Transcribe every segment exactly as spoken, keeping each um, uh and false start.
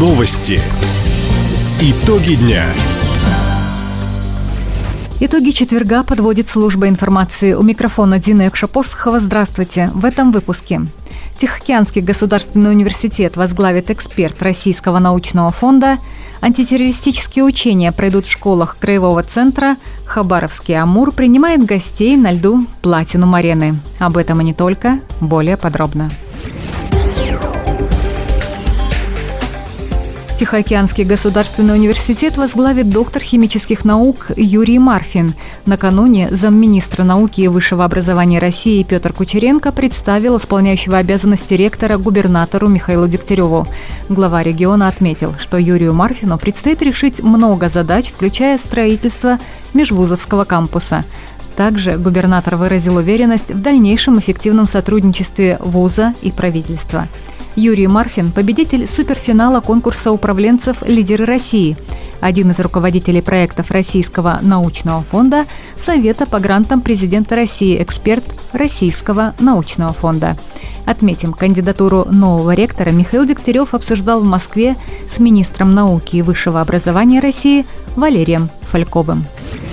Новости. Итоги дня. Итоги четверга подводит служба информации. У микрофона Дина Якшапосхова. Здравствуйте. В этом выпуске. Тихоокеанский государственный университет возглавит эксперт Российского научного фонда. Антитеррористические учения пройдут в школах Краевого центра. Хабаровский Амур принимает гостей на льду Платинум-арены. Об этом и не только. Более подробно. Тихоокеанский государственный университет возглавит доктор химических наук Юрий Марфин. Накануне замминистра науки и высшего образования России Петр Кучеренко представил исполняющего обязанности ректора губернатору Михаилу Дегтяреву. Глава региона отметил, что Юрию Марфину предстоит решить много задач, включая строительство межвузовского кампуса. Также губернатор выразил уверенность в дальнейшем эффективном сотрудничестве вуза и правительства. Юрий Марфин – победитель суперфинала конкурса управленцев «Лидеры России», один из руководителей проектов Российского научного фонда, Совета по грантам президента России, эксперт Российского научного фонда. Отметим, кандидатуру нового ректора Михаил Дегтярев обсуждал в Москве с министром науки и высшего образования России Валерием Фальковым.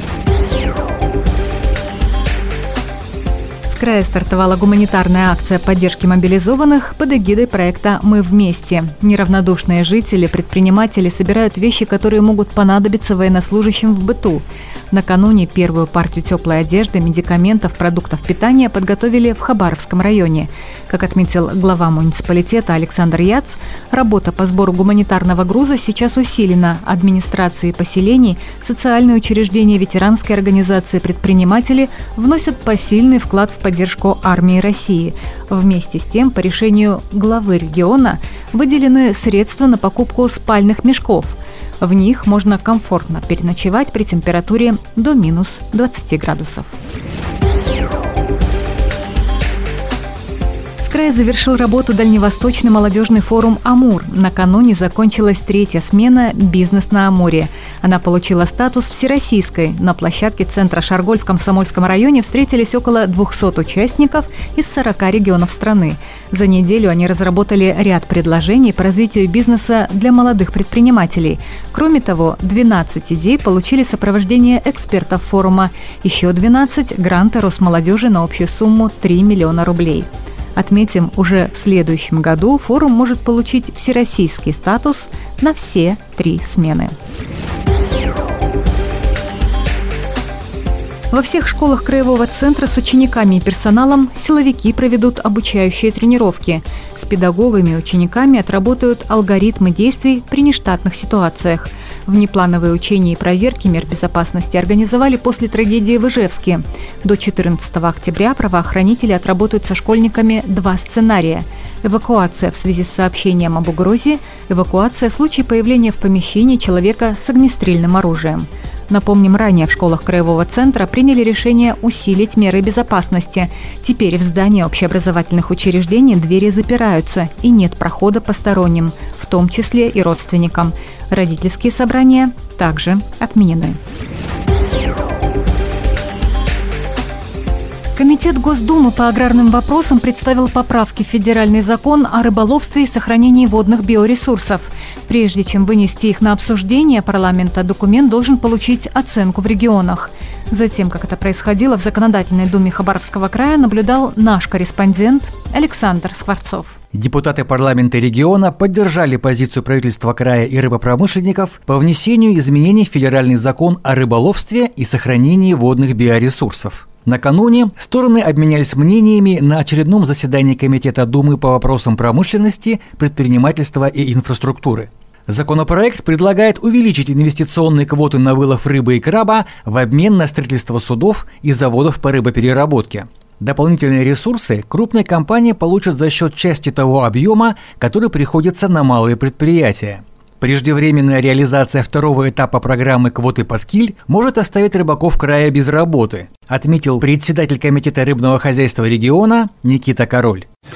В крае стартовала гуманитарная акция поддержки мобилизованных под эгидой проекта «Мы вместе». Неравнодушные жители, предприниматели собирают вещи, которые могут понадобиться военнослужащим в быту. Накануне первую партию теплой одежды, медикаментов, продуктов питания подготовили в Хабаровском районе. Как отметил глава муниципалитета Александр Яц, работа по сбору гуманитарного груза сейчас усилена. Администрации поселений, социальные учреждения, ветеранские организации, предприниматели вносят посильный вклад в поддержку армии России. Вместе с тем, по решению главы региона выделены средства на покупку спальных мешков. В них можно комфортно переночевать при температуре до минус двадцати градусов. В крае завершил работу Дальневосточный молодежный форум «Амур». Накануне закончилась третья смена «Бизнес на Амуре». Она получила статус всероссийской. На площадке центра «Шарголь» в Комсомольском районе встретились около двухсот участников из сорока регионов страны. За неделю они разработали ряд предложений по развитию бизнеса для молодых предпринимателей. Кроме того, двенадцать идей получили сопровождение экспертов форума. Еще двенадцать – гранты Росмолодежи на общую сумму три миллиона рублей. Отметим, уже в следующем году форум может получить всероссийский статус на все три смены. Во всех школах Краевого центра с учениками и персоналом силовики проведут обучающие тренировки. С педагогами и учениками отработают алгоритмы действий при нештатных ситуациях. Внеплановые учения и проверки мер безопасности организовали после трагедии в Ижевске. До четырнадцатого октября правоохранители отработают со школьниками два сценария. Эвакуация в связи с сообщением об угрозе, эвакуация в случае появления в помещении человека с огнестрельным оружием. Напомним, ранее в школах Краевого центра приняли решение усилить меры безопасности. Теперь в здании общеобразовательных учреждений двери запираются и нет прохода посторонним, в том числе и родственникам. Родительские собрания также отменены. Комитет Госдумы по аграрным вопросам представил поправки в федеральный закон о рыболовстве и сохранении водных биоресурсов. Прежде чем вынести их на обсуждение парламента, документ должен получить оценку в регионах. Затем, как это происходило в Законодательной думе Хабаровского края, наблюдал наш корреспондент Александр Скворцов. Депутаты парламента региона поддержали позицию правительства края и рыбопромышленников по внесению изменений в федеральный закон о рыболовстве и сохранении водных биоресурсов. Накануне стороны обменялись мнениями на очередном заседании Комитета Думы по вопросам промышленности, предпринимательства и инфраструктуры. Законопроект предлагает увеличить инвестиционные квоты на вылов рыбы и краба в обмен на строительство судов и заводов по рыбопереработке. Дополнительные ресурсы крупные компании получат за счет части того объема, который приходится на малые предприятия. Преждевременная реализация второго этапа программы «Квоты под киль» может оставить рыбаков края без работы, отметил председатель Комитета рыбного хозяйства региона Никита Король.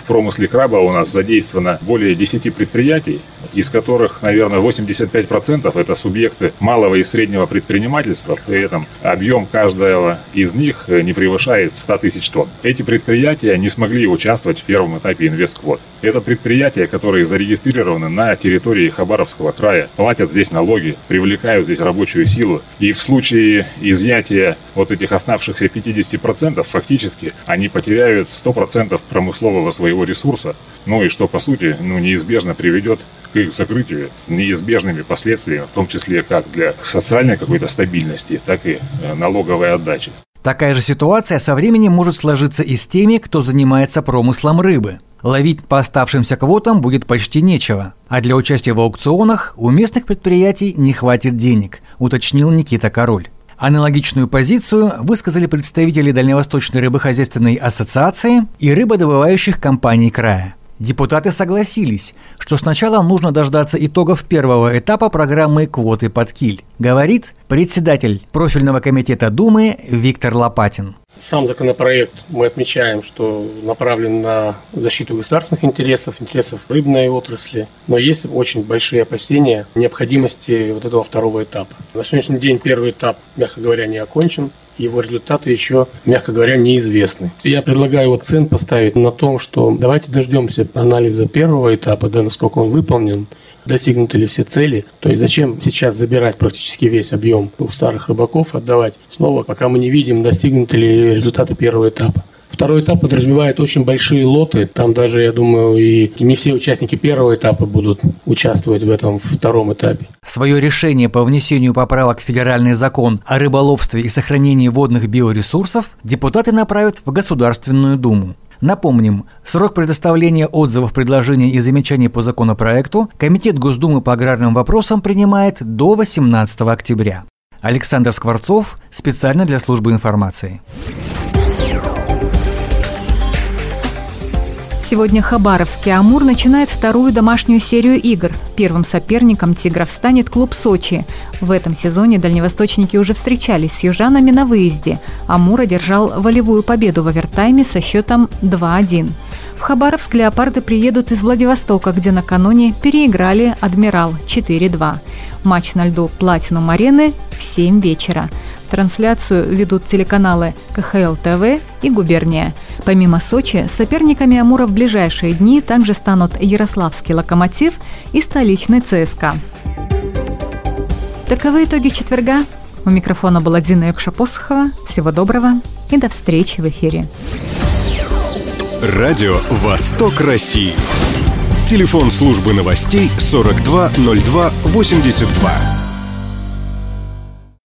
В промысле краба у нас задействовано более десяти предприятий, из которых, наверное, восемьдесят пять процентов это субъекты малого и среднего предпринимательства. При этом объем каждого из них не превышает ста тысяч тонн. Эти предприятия не смогли участвовать в первом этапе инвестквот. Это предприятия, которые зарегистрированы на территории Хабаровского края, платят здесь налоги, привлекают здесь рабочую силу. И в случае изъятия вот этих оставшихся пятидесяти процентов, фактически они потеряют сто процентов промыслового своего ресурса. Ну и что, по сути, ну, неизбежно приведет к их закрытию с неизбежными последствиями, в том числе как для социальной какой-то стабильности, так и налоговой отдачи. Такая же ситуация со временем может сложиться и с теми, кто занимается промыслом рыбы. Ловить по оставшимся квотам будет почти нечего, а для участия в аукционах у местных предприятий не хватит денег, уточнил Никита Король. Аналогичную позицию высказали представители Дальневосточной рыбохозяйственной ассоциации и рыбодобывающих компаний края. Депутаты согласились, что сначала нужно дождаться итогов первого этапа программы «Квоты под киль», говорит председатель профильного комитета Думы Виктор Лопатин. Сам законопроект, мы отмечаем, что направлен на защиту государственных интересов, интересов рыбной отрасли, но есть очень большие опасения необходимости вот этого второго этапа. На сегодняшний день первый этап, мягко говоря, не окончен. Его результаты еще, мягко говоря, неизвестны. Я предлагаю акцент поставить на том, что давайте дождемся анализа первого этапа, да, насколько он выполнен, достигнуты ли все цели. То есть зачем сейчас забирать практически весь объем у старых рыбаков, отдавать снова, пока мы не видим, достигнуты ли результаты первого этапа. Второй этап подразумевает очень большие лоты. Там даже, я думаю, и не все участники первого этапа будут участвовать в этом втором этапе. Свое решение по внесению поправок в федеральный закон о рыболовстве и сохранении водных биоресурсов депутаты направят в Государственную Думу. Напомним, срок предоставления отзывов, предложений и замечаний по законопроекту Комитет Госдумы по аграрным вопросам принимает до восемнадцатого октября. Александр Скворцов, специально для службы информации. Сегодня Хабаровский «Амур» начинает вторую домашнюю серию игр. Первым соперником «Тигров» станет клуб «Сочи». В этом сезоне дальневосточники уже встречались с южанами на выезде. «Амур» одержал волевую победу в овертайме со счетом два один. В Хабаровск «Леопарды» приедут из Владивостока, где накануне переиграли «Адмирал» четыре два. Матч на льду «Платинум-арены» в семь вечера. Трансляцию ведут телеканалы ка ха эл тэ вэ и «Губерния». Помимо Сочи, соперниками «Амура» в ближайшие дни также станут Ярославский «Локомотив» и столичный цэ эс ка. Таковы итоги четверга. У микрофона была Дина Якша-Посохова. Всего доброго и до встречи в эфире. Радио «Восток России». Телефон службы новостей сорок два ноль два восемьдесят два.